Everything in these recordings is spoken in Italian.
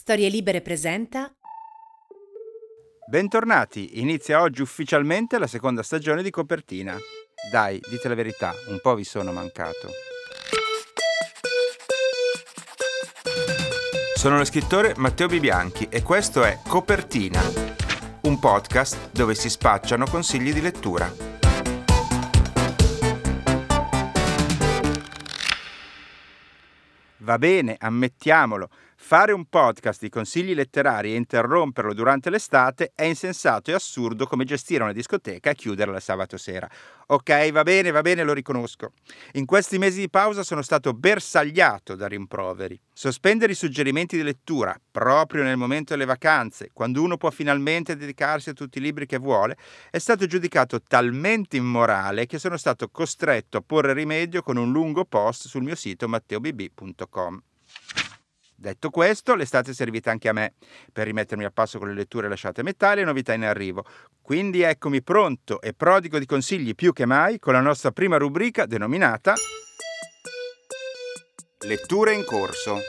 Storie Libere presenta. Bentornati, inizia oggi ufficialmente la seconda stagione di Copertina. Dai, dite la verità, un po' vi sono mancato. Sono lo scrittore Matteo Bibianchi e questo è Copertina, un podcast dove si spacciano consigli di lettura. Va bene, ammettiamolo, fare un podcast di consigli letterari e interromperlo durante l'estate è insensato e assurdo come gestire una discoteca e chiuderla il sabato sera. Ok, va bene, lo riconosco. In questi mesi di pausa sono stato bersagliato da rimproveri. Sospendere i suggerimenti di lettura proprio nel momento delle vacanze, quando uno può finalmente dedicarsi a tutti i libri che vuole, è stato giudicato talmente immorale che sono stato costretto a porre rimedio con un lungo post sul mio sito matteobb.com. Detto questo, l'estate è servita anche a me per rimettermi a passo con le letture lasciate a metà e le novità in arrivo. Quindi eccomi pronto e prodigo di consigli più che mai con la nostra prima rubrica denominata Letture in corso.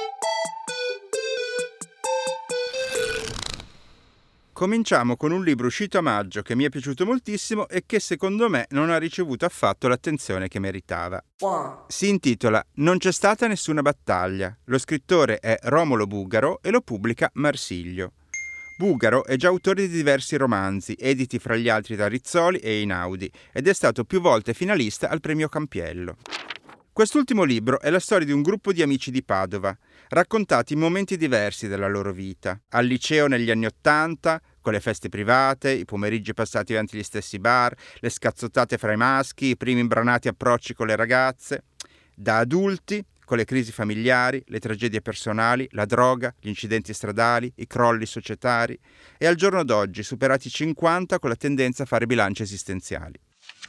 Cominciamo con un libro uscito a maggio che mi è piaciuto moltissimo e che secondo me non ha ricevuto affatto l'attenzione che meritava. Si intitola Non c'è stata nessuna battaglia. Lo scrittore è Romolo Bugaro e lo pubblica Marsilio. Bugaro è già autore di diversi romanzi, editi fra gli altri da Rizzoli e Einaudi, ed è stato più volte finalista al premio Campiello. Quest'ultimo libro è la storia di un gruppo di amici di Padova, raccontati in momenti diversi della loro vita. Al liceo negli anni '80, con le feste private, i pomeriggi passati davanti agli stessi bar, le scazzottate fra i maschi, i primi imbranati approcci con le ragazze. Da adulti, con le crisi familiari, le tragedie personali, la droga, gli incidenti stradali, i crolli societari. E al giorno d'oggi, superati i 50, con la tendenza a fare bilanci esistenziali.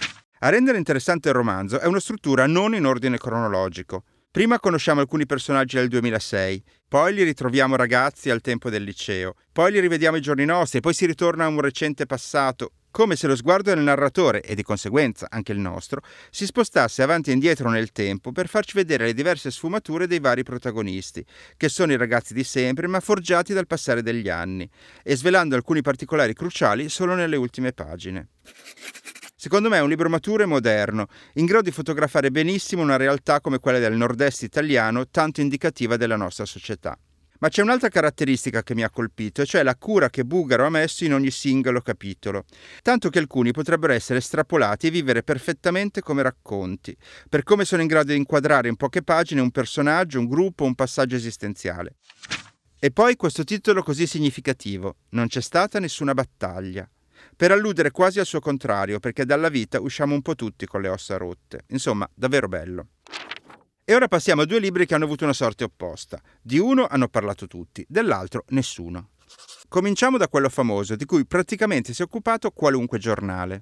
A rendere interessante il romanzo è una struttura non in ordine cronologico. Prima conosciamo alcuni personaggi del 2006, poi li ritroviamo ragazzi al tempo del liceo, poi li rivediamo ai giorni nostri, poi si ritorna a un recente passato, come se lo sguardo del narratore, e di conseguenza anche il nostro, si spostasse avanti e indietro nel tempo per farci vedere le diverse sfumature dei vari protagonisti, che sono i ragazzi di sempre ma forgiati dal passare degli anni, e svelando alcuni particolari cruciali solo nelle ultime pagine. Secondo me è un libro maturo e moderno, in grado di fotografare benissimo una realtà come quella del nord-est italiano, tanto indicativa della nostra società. Ma c'è un'altra caratteristica che mi ha colpito, e cioè la cura che Bugaro ha messo in ogni singolo capitolo, tanto che alcuni potrebbero essere estrapolati e vivere perfettamente come racconti, per come sono in grado di inquadrare in poche pagine un personaggio, un gruppo, un passaggio esistenziale. E poi questo titolo così significativo, Non c'è stata nessuna battaglia, per alludere quasi al suo contrario, perché dalla vita usciamo un po' tutti con le ossa rotte. Insomma, davvero bello. E ora passiamo a due libri che hanno avuto una sorte opposta. Di uno hanno parlato tutti, dell'altro nessuno. Cominciamo da quello famoso, di cui praticamente si è occupato qualunque giornale.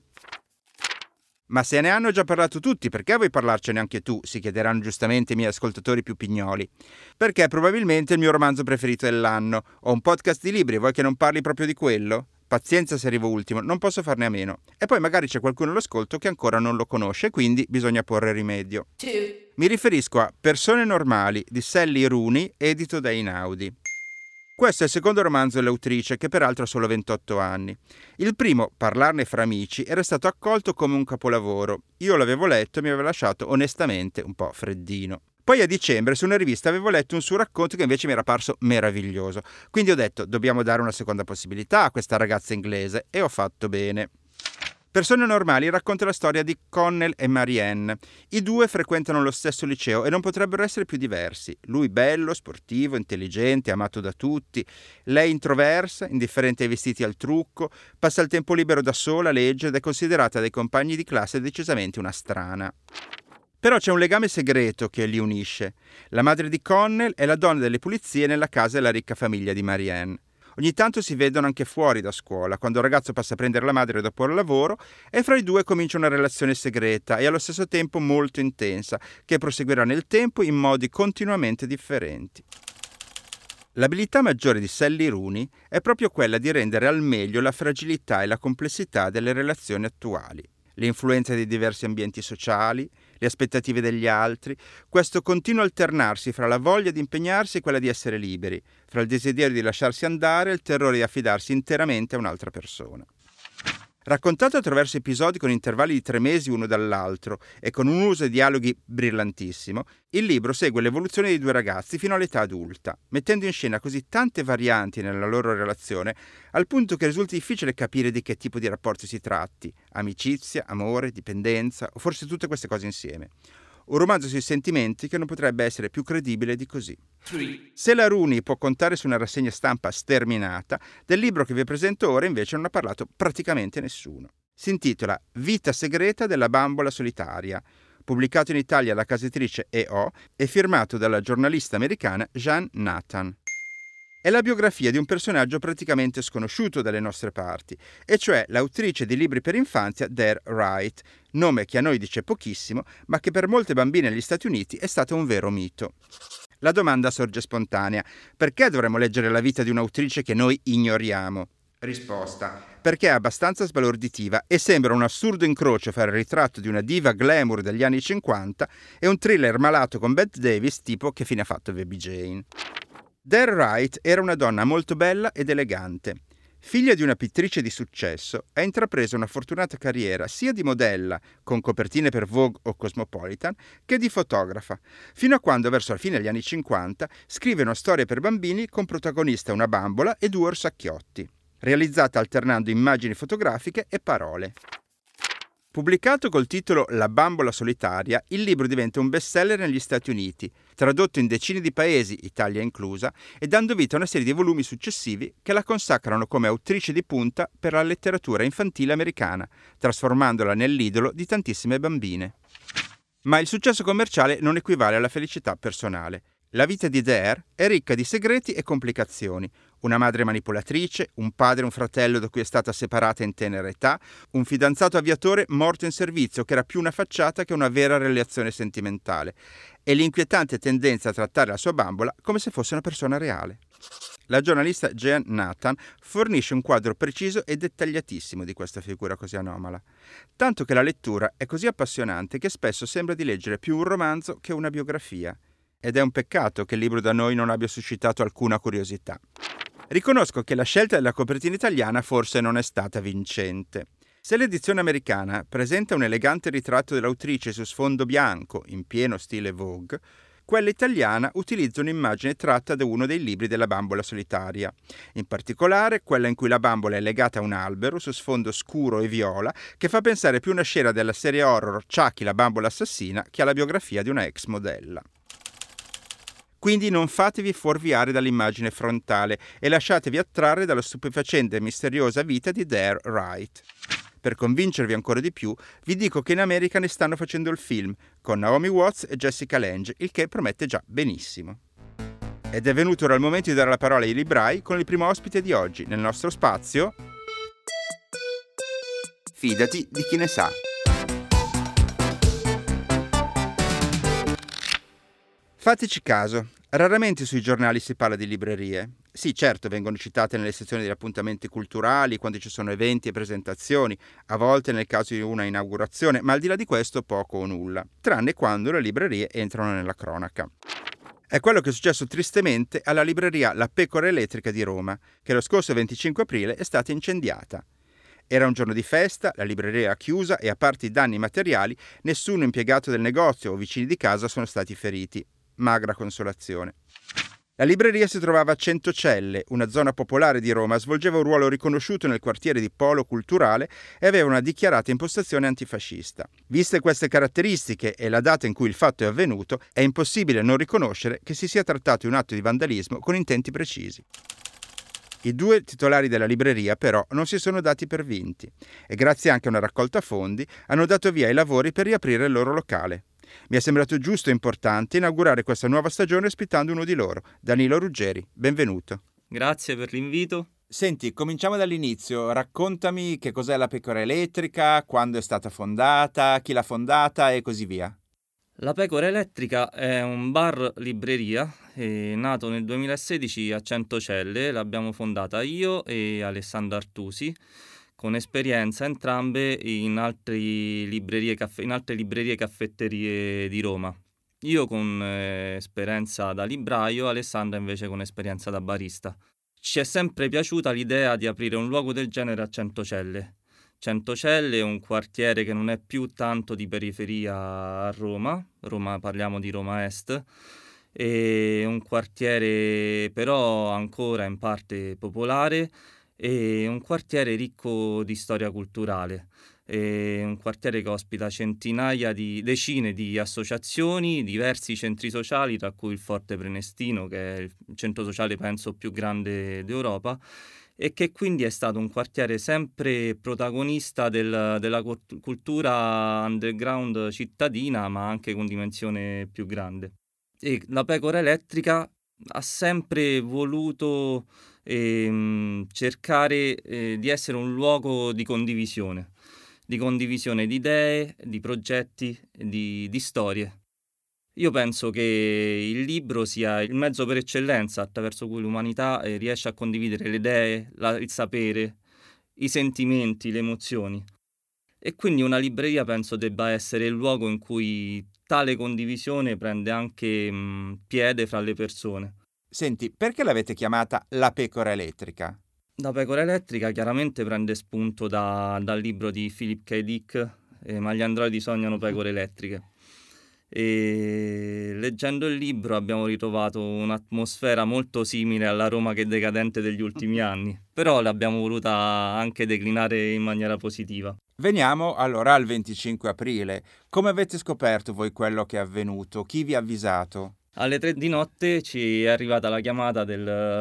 Ma se ne hanno già parlato tutti, perché vuoi parlarcene anche tu? Si chiederanno giustamente i miei ascoltatori più pignoli. Perché è probabilmente il mio romanzo preferito dell'anno. Ho un podcast di libri, vuoi che non parli proprio di quello? Pazienza se arrivo ultimo, non posso farne a meno. E poi magari c'è qualcuno all'ascolto che ancora non lo conosce, quindi bisogna porre rimedio. Mi riferisco a Persone normali di Sally Rooney, edito da Einaudi. Questo è il secondo romanzo dell'autrice, che peraltro ha solo 28 anni. Il primo, Parlarne fra amici, era stato accolto come un capolavoro. Io l'avevo letto e mi aveva lasciato onestamente un po' freddino. Poi a dicembre su una rivista avevo letto un suo racconto che invece mi era parso meraviglioso. Quindi ho detto, dobbiamo dare una seconda possibilità a questa ragazza inglese, e ho fatto bene. Persone normali racconta la storia di Connell e Marianne. I due frequentano lo stesso liceo e non potrebbero essere più diversi. Lui bello, sportivo, intelligente, amato da tutti. Lei introversa, indifferente ai vestiti e al trucco, passa il tempo libero da sola, legge ed è considerata dai compagni di classe decisamente una strana. Però c'è un legame segreto che li unisce. La madre di Connell è la donna delle pulizie nella casa della ricca famiglia di Marianne. Ogni tanto si vedono anche fuori da scuola, quando il ragazzo passa a prendere la madre dopo il lavoro, e fra i due comincia una relazione segreta e allo stesso tempo molto intensa, che proseguirà nel tempo in modi continuamente differenti. L'abilità maggiore di Sally Rooney è proprio quella di rendere al meglio la fragilità e la complessità delle relazioni attuali. l'influenza dei diversi ambienti sociali, le aspettative degli altri, questo continuo alternarsi fra la voglia di impegnarsi e quella di essere liberi, fra il desiderio di lasciarsi andare e il terrore di affidarsi interamente a un'altra persona. Raccontato attraverso episodi con intervalli di 3 mesi uno dall'altro e con un uso di dialoghi brillantissimo, il libro segue l'evoluzione dei 2 ragazzi fino all'età adulta, mettendo in scena così tante varianti nella loro relazione, al punto che risulta difficile capire di che tipo di rapporto si tratti: amicizia, amore, dipendenza o forse tutte queste cose insieme. Un romanzo sui sentimenti che non potrebbe essere più credibile di così. 3. Se la Rooney può contare su una rassegna stampa sterminata, del libro che vi presento ora invece non ha parlato praticamente nessuno. Si intitola Vita segreta della bambola solitaria, pubblicato in Italia dalla casa editrice E.O. e firmato dalla giornalista americana Jean Nathan. È la biografia di un personaggio praticamente sconosciuto dalle nostre parti, e cioè l'autrice di libri per infanzia Dare Wright, nome che a noi dice pochissimo, ma che per molte bambine negli Stati Uniti è stato un vero mito. La domanda sorge spontanea: perché dovremmo leggere la vita di un'autrice che noi ignoriamo? Risposta: perché è abbastanza sbalorditiva e sembra un assurdo incrocio fra il ritratto di una diva glamour degli anni 50 e un thriller malato con Bette Davis tipo Che fine ha fatto Baby Jane. Dare Wright era una donna molto bella ed elegante. Figlia di una pittrice di successo, ha intrapreso una fortunata carriera sia di modella, con copertine per Vogue o Cosmopolitan, che di fotografa, fino a quando, verso la fine degli anni 50, scrive una storia per bambini con protagonista una bambola e 2 orsacchiotti, realizzata alternando immagini fotografiche e parole. Pubblicato col titolo La bambola solitaria, il libro diventa un bestseller negli Stati Uniti, tradotto in decine di paesi, Italia inclusa, e dando vita a una serie di volumi successivi che la consacrano come autrice di punta per la letteratura infantile americana, trasformandola nell'idolo di tantissime bambine. Ma il successo commerciale non equivale alla felicità personale. La vita di Dare è ricca di segreti e complicazioni. Una madre manipolatrice, un padre e un fratello da cui è stata separata in tenera età, un fidanzato aviatore morto in servizio che era più una facciata che una vera relazione sentimentale, e l'inquietante tendenza a trattare la sua bambola come se fosse una persona reale. La giornalista Jean Nathan fornisce un quadro preciso e dettagliatissimo di questa figura così anomala, tanto che la lettura è così appassionante che spesso sembra di leggere più un romanzo che una biografia. Ed è un peccato che il libro da noi non abbia suscitato alcuna curiosità. Riconosco che la scelta della copertina italiana forse non è stata vincente. Se l'edizione americana presenta un elegante ritratto dell'autrice su sfondo bianco, in pieno stile Vogue, quella italiana utilizza un'immagine tratta da uno dei libri della bambola solitaria, in particolare quella in cui la bambola è legata a un albero su sfondo scuro e viola che fa pensare più a una scena della serie horror Chucky la bambola assassina che alla biografia di una ex modella. Quindi non fatevi fuorviare dall'immagine frontale e lasciatevi attrarre dalla stupefacente e misteriosa vita di Dare Wright. Per convincervi ancora di più, vi dico che in America ne stanno facendo il film, con Naomi Watts e Jessica Lange, il che promette già benissimo. Ed è venuto ora il momento di dare la parola ai librai con il primo ospite di oggi, nel nostro spazio Fidati di chi ne sa. Fateci caso, raramente sui giornali si parla di librerie. Sì, certo, vengono citate nelle sezioni degli appuntamenti culturali, quando ci sono eventi e presentazioni, a volte nel caso di una inaugurazione, ma al di là di questo poco o nulla, tranne quando le librerie entrano nella cronaca. È quello che è successo tristemente alla libreria La Pecora Elettrica di Roma, che lo scorso 25 aprile è stata incendiata. Era un giorno di festa, la libreria era chiusa e a parte i danni materiali, nessun impiegato del negozio o vicini di casa sono stati feriti. Magra consolazione. La libreria si trovava a Centocelle, una zona popolare di Roma, svolgeva un ruolo riconosciuto nel quartiere di polo culturale e aveva una dichiarata impostazione antifascista. Viste queste caratteristiche e la data in cui il fatto è avvenuto, è impossibile non riconoscere che si sia trattato di un atto di vandalismo con intenti precisi. I 2 titolari della libreria però non si sono dati per vinti e grazie anche a una raccolta fondi hanno dato via ai lavori per riaprire il loro locale. Mi è sembrato giusto e importante inaugurare questa nuova stagione ospitando uno di loro, Danilo Ruggeri. Benvenuto. Grazie per l'invito. Senti, cominciamo dall'inizio. Raccontami che cos'è la Pecora Elettrica, quando è stata fondata, chi l'ha fondata e così via. La Pecora Elettrica è un bar-libreria nato nel 2016 a Centocelle. L'abbiamo fondata io e Alessandro Artusi, con esperienza entrambe in altre librerie e caffetterie di Roma. Io con esperienza da libraio, Alessandra invece con esperienza da barista. Ci è sempre piaciuta l'idea di aprire un luogo del genere a Centocelle. Centocelle è un quartiere che non è più tanto di periferia a Roma, parliamo di Roma Est, è un quartiere però ancora in parte popolare e un quartiere ricco di storia culturale. È un quartiere che ospita decine di associazioni, diversi centri sociali, tra cui il Forte Prenestino, che è il centro sociale penso più grande d'Europa, e che quindi è stato un quartiere sempre protagonista della cultura underground cittadina, ma anche con dimensione più grande. E la Pecora Elettrica ha sempre voluto cercare di essere un luogo di condivisione di idee, di progetti, di storie. Io penso che il libro sia il mezzo per eccellenza attraverso cui l'umanità riesce a condividere le idee, il sapere, i sentimenti, le emozioni. E quindi una libreria penso debba essere il luogo in cui tale condivisione prende anche piede fra le persone. Senti, perché l'avete chiamata La Pecora Elettrica? La Pecora Elettrica chiaramente prende spunto dal libro di Philip K. Dick, Ma gli androidi sognano pecore elettriche. E leggendo il libro abbiamo ritrovato un'atmosfera molto simile alla Roma che decadente degli ultimi anni, però l'abbiamo voluta anche declinare in maniera positiva. Veniamo allora al 25 aprile. Come avete scoperto voi quello che è avvenuto? Chi vi ha avvisato? Alle 3 di notte ci è arrivata la chiamata di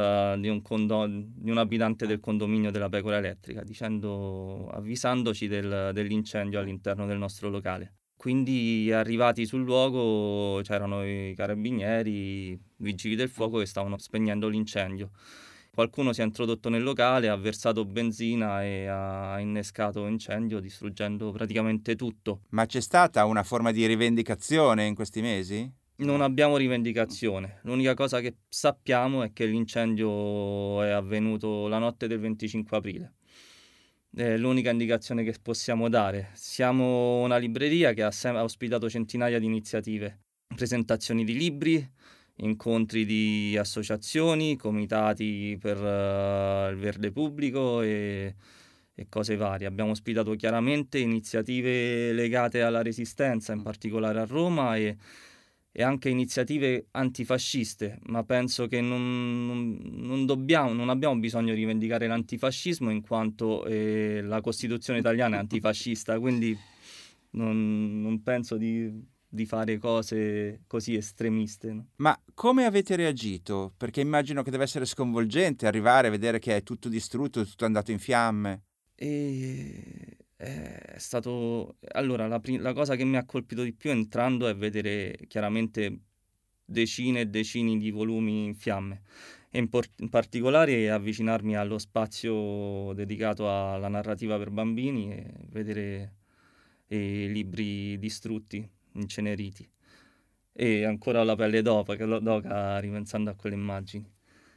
un abitante del condominio della Pecora Elettrica, avvisandoci dell'incendio all'interno del nostro locale. Quindi arrivati sul luogo c'erano i carabinieri, i vigili del fuoco che stavano spegnendo l'incendio. Qualcuno si è introdotto nel locale, ha versato benzina e ha innescato incendio, distruggendo praticamente tutto. Ma c'è stata una forma di rivendicazione in questi mesi? Non abbiamo rivendicazione. L'unica cosa che sappiamo è che l'incendio è avvenuto la notte del 25 aprile. È l'unica indicazione che possiamo dare. Siamo una libreria che ha ospitato centinaia di iniziative, presentazioni di libri, incontri di associazioni, comitati per il verde pubblico e cose varie. Abbiamo ospitato chiaramente iniziative legate alla resistenza, in particolare a Roma, e anche iniziative antifasciste, ma penso che non abbiamo bisogno di rivendicare l'antifascismo in quanto la Costituzione italiana è antifascista, quindi non penso di fare cose così estremiste, no? Ma come avete reagito? Perché immagino che deve essere sconvolgente arrivare a vedere che è tutto distrutto, tutto andato in fiamme. E è stato allora la cosa che mi ha colpito di più entrando è vedere chiaramente decine e decine di volumi in fiamme e in particolare avvicinarmi allo spazio dedicato alla narrativa per bambini e vedere i libri distrutti, inceneriti e ancora la pelle d'oca ripensando a quelle immagini.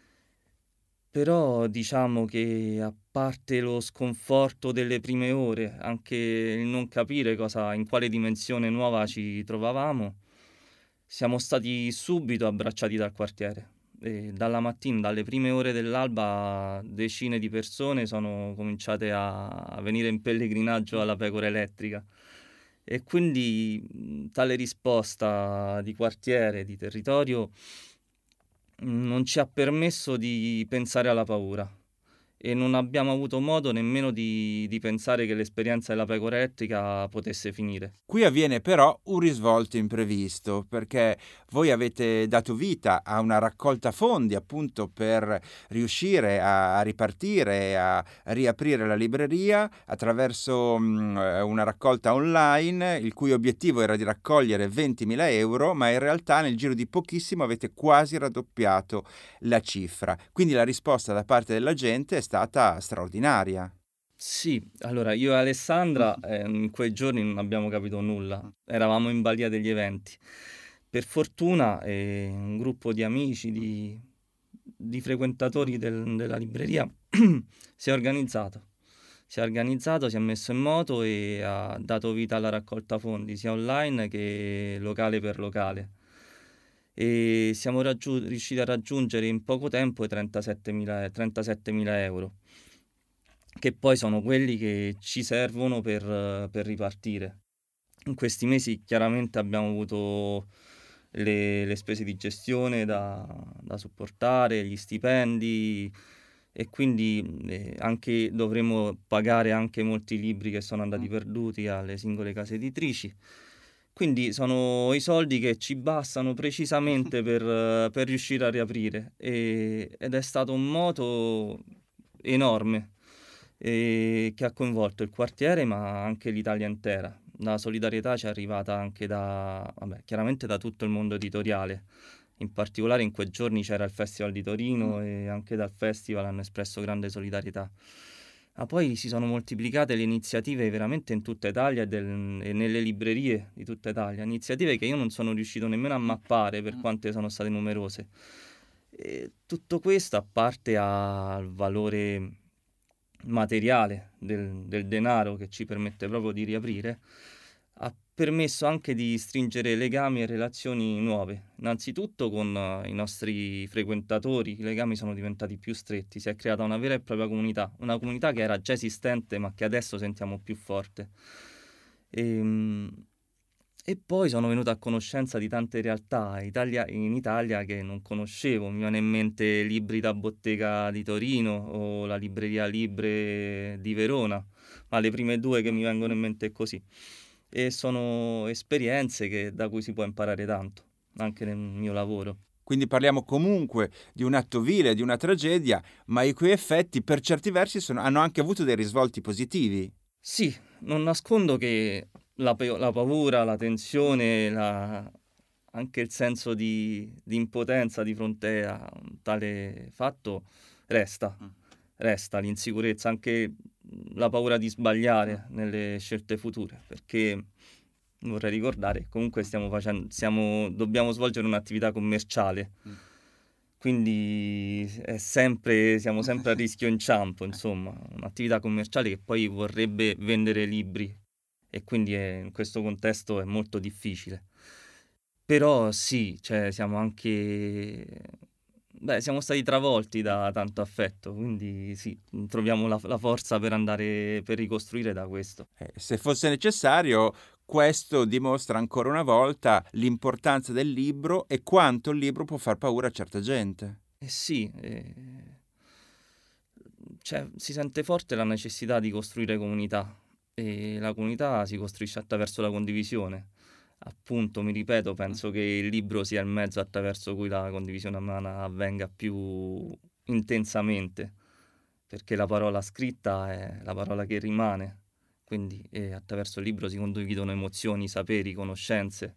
Però diciamo che a parte lo sconforto delle prime ore, anche il non capire in quale dimensione nuova ci trovavamo, siamo stati subito abbracciati dal quartiere. E dalla mattina, dalle prime ore dell'alba, decine di persone sono cominciate a venire in pellegrinaggio alla Pecora Elettrica. E quindi tale risposta di quartiere, di territorio, non ci ha permesso di pensare alla paura e non abbiamo avuto modo nemmeno di pensare che l'esperienza della Pecora Elettrica potesse finire. Qui avviene però un risvolto imprevisto, perché voi avete dato vita a una raccolta fondi appunto per riuscire a ripartire, a riaprire la libreria attraverso una raccolta online, il cui obiettivo era di raccogliere 20.000 euro, ma in realtà nel giro di pochissimo avete quasi raddoppiato la cifra. Quindi la risposta da parte della gente è stata straordinaria. Sì, allora io e Alessandra in quei giorni non abbiamo capito nulla, eravamo in balia degli eventi. Per fortuna un gruppo di amici, di frequentatori della libreria si è organizzato. si è organizzato, si è messo in moto e ha dato vita alla raccolta fondi sia online che locale per locale. E siamo riusciti a raggiungere in poco tempo i 37.000 euro, che poi sono quelli che ci servono per ripartire. In questi mesi chiaramente abbiamo avuto le spese di gestione da supportare, gli stipendi, e quindi anche dovremo pagare anche molti libri che sono andati perduti alle singole case editrici. Quindi sono i soldi che ci bastano precisamente per riuscire a riaprire, ed è stato un moto enorme, che ha coinvolto il quartiere ma anche l'Italia intera. La solidarietà ci è arrivata anche chiaramente da tutto il mondo editoriale. In particolare in quei giorni c'era il Festival di Torino e anche dal festival hanno espresso grande solidarietà. Ma poi si sono moltiplicate le iniziative veramente in tutta Italia e nelle librerie di tutta Italia, iniziative che io non sono riuscito nemmeno a mappare per quante sono state numerose. E tutto questo, a parte al valore materiale del denaro che ci permette proprio di riaprire, ha permesso anche di stringere legami e relazioni nuove. Innanzitutto con i nostri frequentatori, i legami sono diventati più stretti, si è creata una vera e propria comunità, una comunità che era già esistente ma che adesso sentiamo più forte. E poi sono venuto a conoscenza di tante realtà in Italia che non conoscevo. Mi viene in mente Libri da Bottega di Torino o la libreria Libre di Verona, ma le prime due che mi vengono in mente è così. E sono esperienze da cui si può imparare tanto, anche nel mio lavoro. Quindi parliamo comunque di un atto vile, di una tragedia, ma i cui effetti per certi versi hanno anche avuto dei risvolti positivi. Sì, non nascondo che la paura, la tensione, anche il senso di impotenza di fronte a un tale fatto resta. Resta l'insicurezza, anche la paura di sbagliare nelle scelte future, perché vorrei ricordare che comunque dobbiamo svolgere un'attività commerciale, quindi siamo sempre a rischio inciampo, insomma, un'attività commerciale che poi vorrebbe vendere libri e quindi in questo contesto è molto difficile. Però sì, cioè siamo stati travolti da tanto affetto, quindi sì, troviamo la forza per ricostruire da questo. Se fosse necessario, questo dimostra ancora una volta l'importanza del libro e quanto il libro può far paura a certa gente. Sì, cioè, si sente forte la necessità di costruire comunità, e la comunità si costruisce attraverso la condivisione. Appunto, mi ripeto, penso che il libro sia il mezzo attraverso cui la condivisione umana avvenga più intensamente, perché la parola scritta è la parola che rimane, quindi attraverso il libro si condividono emozioni, saperi, conoscenze.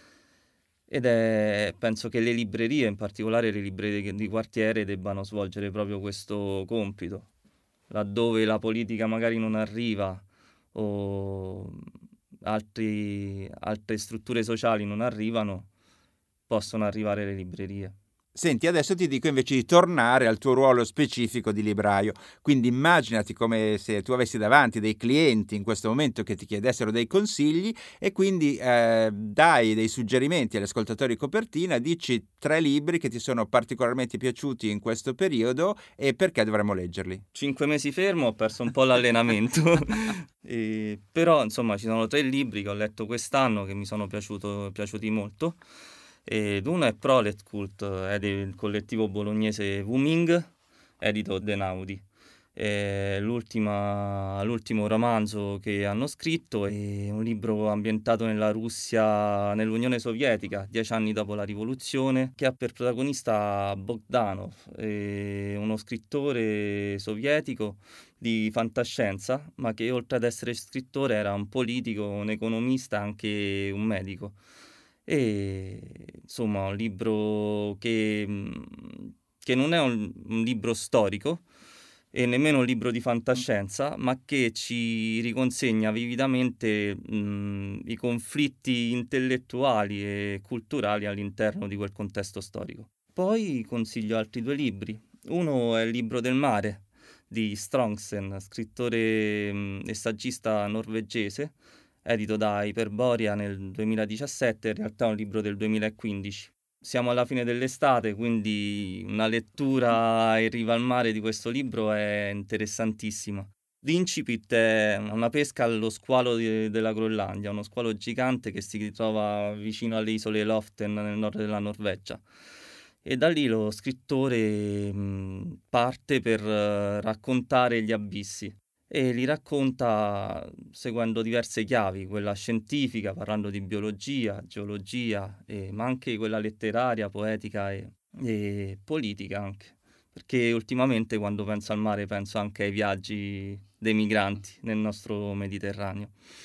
Penso che le librerie, in particolare le librerie di quartiere, debbano svolgere proprio questo compito, laddove la politica magari non arriva o altre strutture sociali non arrivano, possono arrivare le librerie. Senti, adesso ti dico invece di tornare al tuo ruolo specifico di libraio. Quindi immaginati come se tu avessi davanti dei clienti in questo momento che ti chiedessero dei consigli e quindi dai dei suggerimenti agli ascoltatori copertina, dici 3 libri che ti sono particolarmente piaciuti in questo periodo e perché dovremmo leggerli. 5 mesi fermo, ho perso un po' l'allenamento. Però insomma ci sono 3 libri che ho letto quest'anno che mi sono piaciuti molto. Ed uno è Proletkult, è del collettivo bolognese Wuming, edito De Naudi. È l'ultimo romanzo che hanno scritto, è un libro ambientato nella Russia, nell'Unione Sovietica, 10 anni dopo la rivoluzione, che ha per protagonista Bogdanov, uno scrittore sovietico di fantascienza, ma che oltre ad essere scrittore era un politico, un economista, anche un medico. E insomma, un libro che non è un libro storico e nemmeno un libro di fantascienza, ma che ci riconsegna vividamente i conflitti intellettuali e culturali all'interno di quel contesto storico. Poi consiglio altri 2 libri. Uno è Il libro del mare di Strongsen, scrittore e saggista norvegese, edito da Iperborea nel 2017, in realtà è un libro del 2015. Siamo alla fine dell'estate, quindi una lettura in riva al mare di questo libro è interessantissima. L'Incipit è una pesca allo squalo della Groenlandia, uno squalo gigante che si ritrova vicino alle isole Loften nel nord della Norvegia. E da lì lo scrittore parte per raccontare gli abissi e li racconta seguendo diverse chiavi, quella scientifica, parlando di biologia, geologia, ma anche quella letteraria, poetica e politica anche. Perché ultimamente quando penso al mare penso anche ai viaggi dei migranti nel nostro Mediterraneo.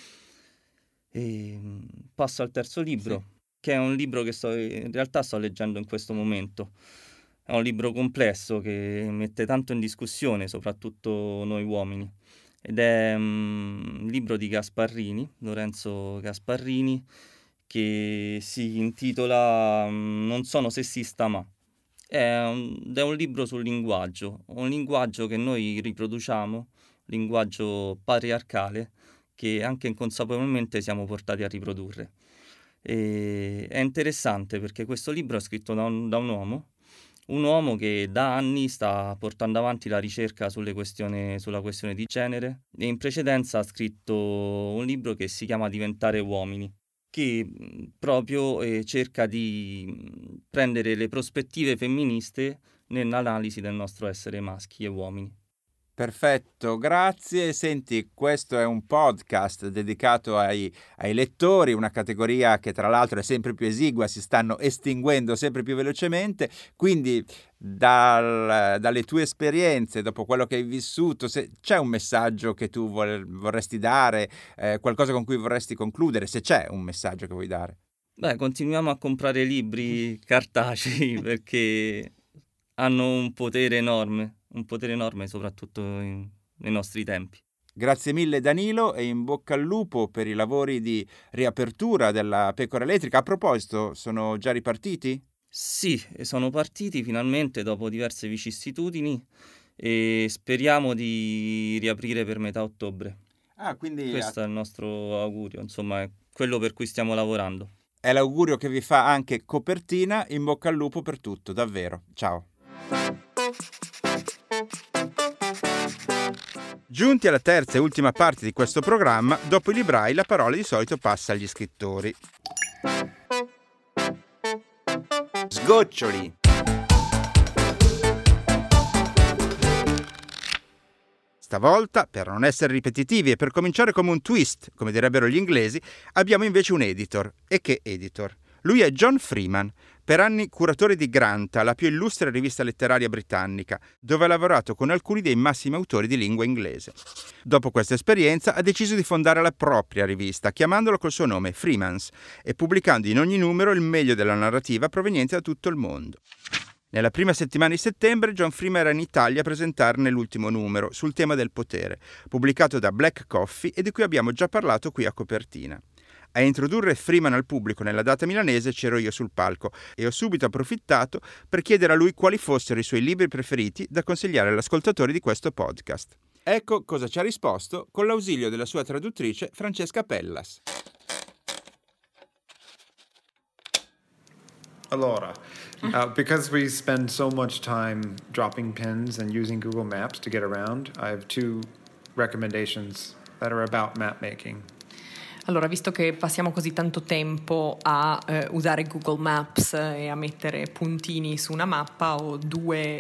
E passo al terzo libro, Sì. che è un libro che in realtà sto leggendo in questo momento. È un libro complesso che mette tanto in discussione, soprattutto noi uomini. Ed è un libro di Gasparrini, Lorenzo Gasparrini, che si intitola Non sono sessista ma. Ed è un libro sul linguaggio, un linguaggio che noi riproduciamo, linguaggio patriarcale, che anche inconsapevolmente siamo portati a riprodurre. E è interessante perché questo libro è scritto da un uomo che da anni sta portando avanti la ricerca sulla questione di genere e in precedenza ha scritto un libro che si chiama Diventare uomini, che proprio cerca di prendere le prospettive femministe nell'analisi del nostro essere maschi e uomini. Perfetto, grazie. Senti, questo è un podcast dedicato ai lettori, una categoria che tra l'altro è sempre più esigua, si stanno estinguendo sempre più velocemente, quindi dalle tue esperienze, dopo quello che hai vissuto, se c'è un messaggio che tu vorresti dare, qualcosa con cui vorresti concludere, se c'è un messaggio che vuoi dare. Beh, continuiamo a comprare libri cartacei perché hanno un potere enorme soprattutto nei nostri tempi. Grazie mille Danilo e in bocca al lupo per i lavori di riapertura della Pecora Elettrica. A proposito, sono già ripartiti? Sì, sono partiti finalmente dopo diverse vicissitudini e speriamo di riaprire per metà ottobre. Quindi Questo è il nostro augurio, insomma, è quello per cui stiamo lavorando. è l'augurio che vi fa anche Copertina. In bocca al lupo per tutto, davvero. Ciao. Giunti alla terza e ultima parte di questo programma, dopo i librai la parola di solito passa agli scrittori. Sgoccioli. Stavolta, per non essere ripetitivi e per cominciare come un twist, come direbbero gli inglesi, abbiamo invece un editor. E che editor? Lui è John Freeman, per anni curatore di Granta, la più illustre rivista letteraria britannica, dove ha lavorato con alcuni dei massimi autori di lingua inglese. Dopo questa esperienza ha deciso di fondare la propria rivista, chiamandolo col suo nome Freemans, e pubblicando in ogni numero il meglio della narrativa proveniente da tutto il mondo. Nella prima settimana di settembre John Freeman era in Italia a presentarne l'ultimo numero sul tema del potere, pubblicato da Black Coffee e di cui abbiamo già parlato qui a Copertina. A introdurre Freeman al pubblico nella data milanese c'ero io sul palco e ho subito approfittato per chiedere a lui quali fossero i suoi libri preferiti da consigliare agli ascoltatori di questo podcast. Ecco cosa ci ha risposto con l'ausilio della sua traduttrice Francesca Pellas. Allora, because we spend so much time dropping pins and using Google Maps to get around, I have two recommendations that are about map making. Allora, visto che passiamo così tanto tempo a usare Google Maps e a mettere puntini su una mappa, ho due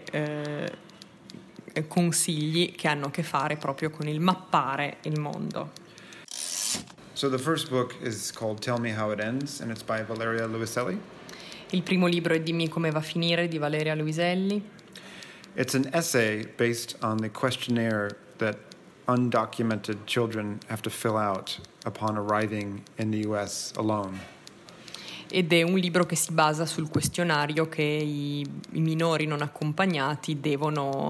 consigli che hanno a che fare proprio con il mappare il mondo. So the first book is called Tell Me How It Ends, and it's by Valeria Luiselli. Il primo libro è Dimmi come va a finire di Valeria Luiselli. It's an essay based on the questionnaire that undocumented children have to fill out upon arriving in the US alone. Ed è un libro che si basa sul questionario che i minori non accompagnati devono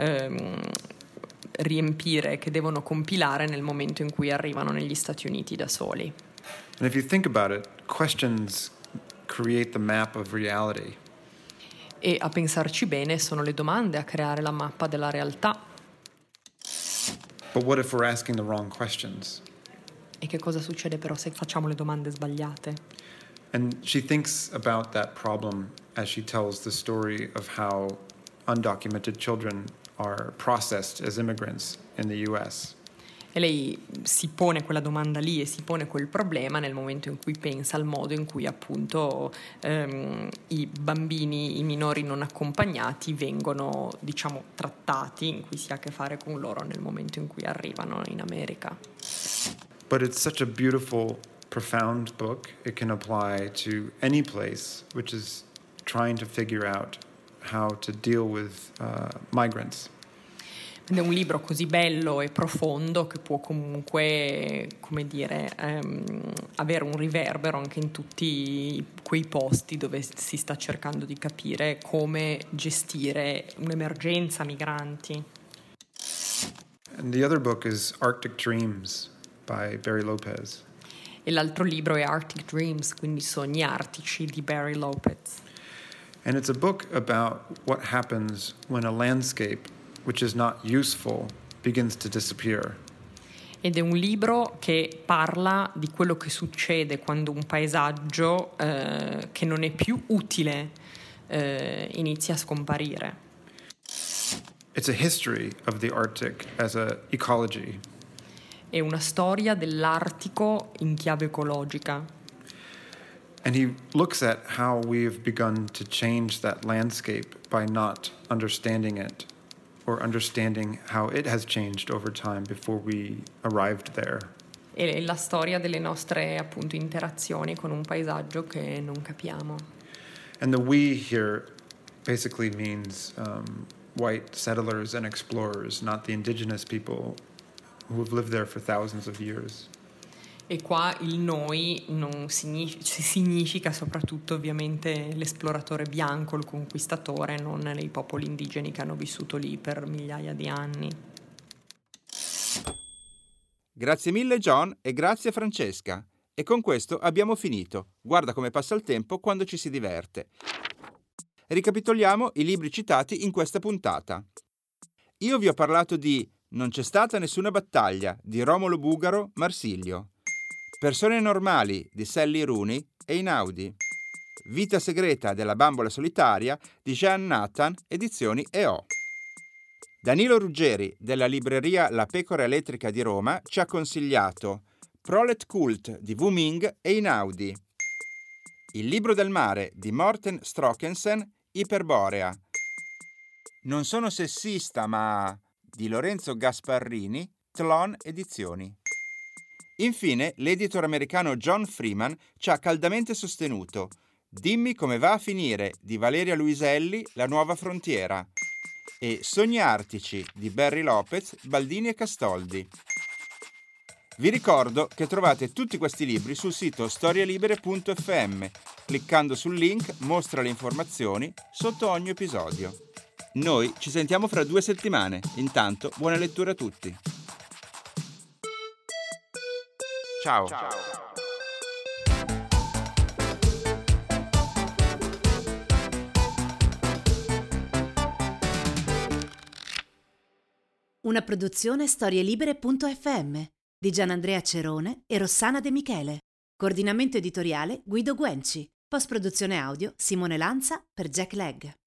riempire, che devono compilare nel momento in cui arrivano negli Stati Uniti da soli. And if you think about it, questions create the map of reality. E a pensarci bene sono le domande a creare la mappa della realtà. But what if we're asking the wrong questions? E che cosa succede però se facciamo le domande sbagliate? And she thinks about that problem as she tells the story of how undocumented children are processed as immigrants in the US. E lei si pone quella domanda lì e si pone quel problema nel momento in cui pensa al modo in cui appunto i bambini, i minori non accompagnati vengono, diciamo, trattati, in cui si ha a che fare con loro nel momento in cui arrivano in America. But it's such a beautiful, profound book. It can apply to any place which is trying to figure out how to deal with migrants. Ed è un libro così bello e profondo che può comunque, come dire, avere un riverbero anche in tutti quei posti dove si sta cercando di capire come gestire un'emergenza migranti. And the other book is Arctic Dreams by Barry Lopez. E l'altro libro è Arctic Dreams, quindi Sogni artici di Barry Lopez. And it's a book about what happens when a landscape which is not useful begins to disappear. Ed è un libro che parla di quello che succede quando un paesaggio che non è più utile inizia a scomparire. It's a history of the Arctic as an ecology. È una storia dell'Artico in chiave ecologica. And he looks at how we've begun to change that landscape by not understanding it, or understanding how it has changed over time before we arrived there. È la storia delle nostre appunto interazioni con un paesaggio che non capiamo. And the we here basically means white settlers and explorers, not the indigenous people who have lived there for thousands of years. E qua il noi non significa soprattutto ovviamente l'esploratore bianco, il conquistatore, non i popoli indigeni che hanno vissuto lì per migliaia di anni. Grazie mille John e grazie Francesca. E con questo abbiamo finito. Guarda come passa il tempo quando ci si diverte. Ricapitoliamo i libri citati in questa puntata. Io vi ho parlato di Non c'è stata nessuna battaglia di Romolo Bugaro, Marsilio. Persone normali di Sally Rooney e Einaudi. Vita segreta della bambola solitaria di Jean Nathan, edizioni EO. Danilo Ruggeri della libreria La Pecora Elettrica di Roma ci ha consigliato Prolet Cult di Wu Ming e Einaudi. Il libro del mare di Morten Strockensen, Iperborea. Non sono sessista ma di Lorenzo Gasparrini, Tlon Edizioni. Infine, l'editor americano John Freeman ci ha caldamente sostenuto Dimmi come va a finire di Valeria Luiselli, La nuova frontiera e Sogni artici di Barry Lopez, Baldini e Castoldi. Vi ricordo che trovate tutti questi libri sul sito storielibere.fm. Cliccando sul link mostra le informazioni sotto ogni episodio. Noi ci sentiamo fra 2 settimane. Intanto, buona lettura a tutti. Ciao. Una produzione storielibere.fm di Gianandrea Cerone e Rossana De Michele. Coordinamento editoriale Guido Guenci. Post-produzione audio Simone Lanza per Jack Legg.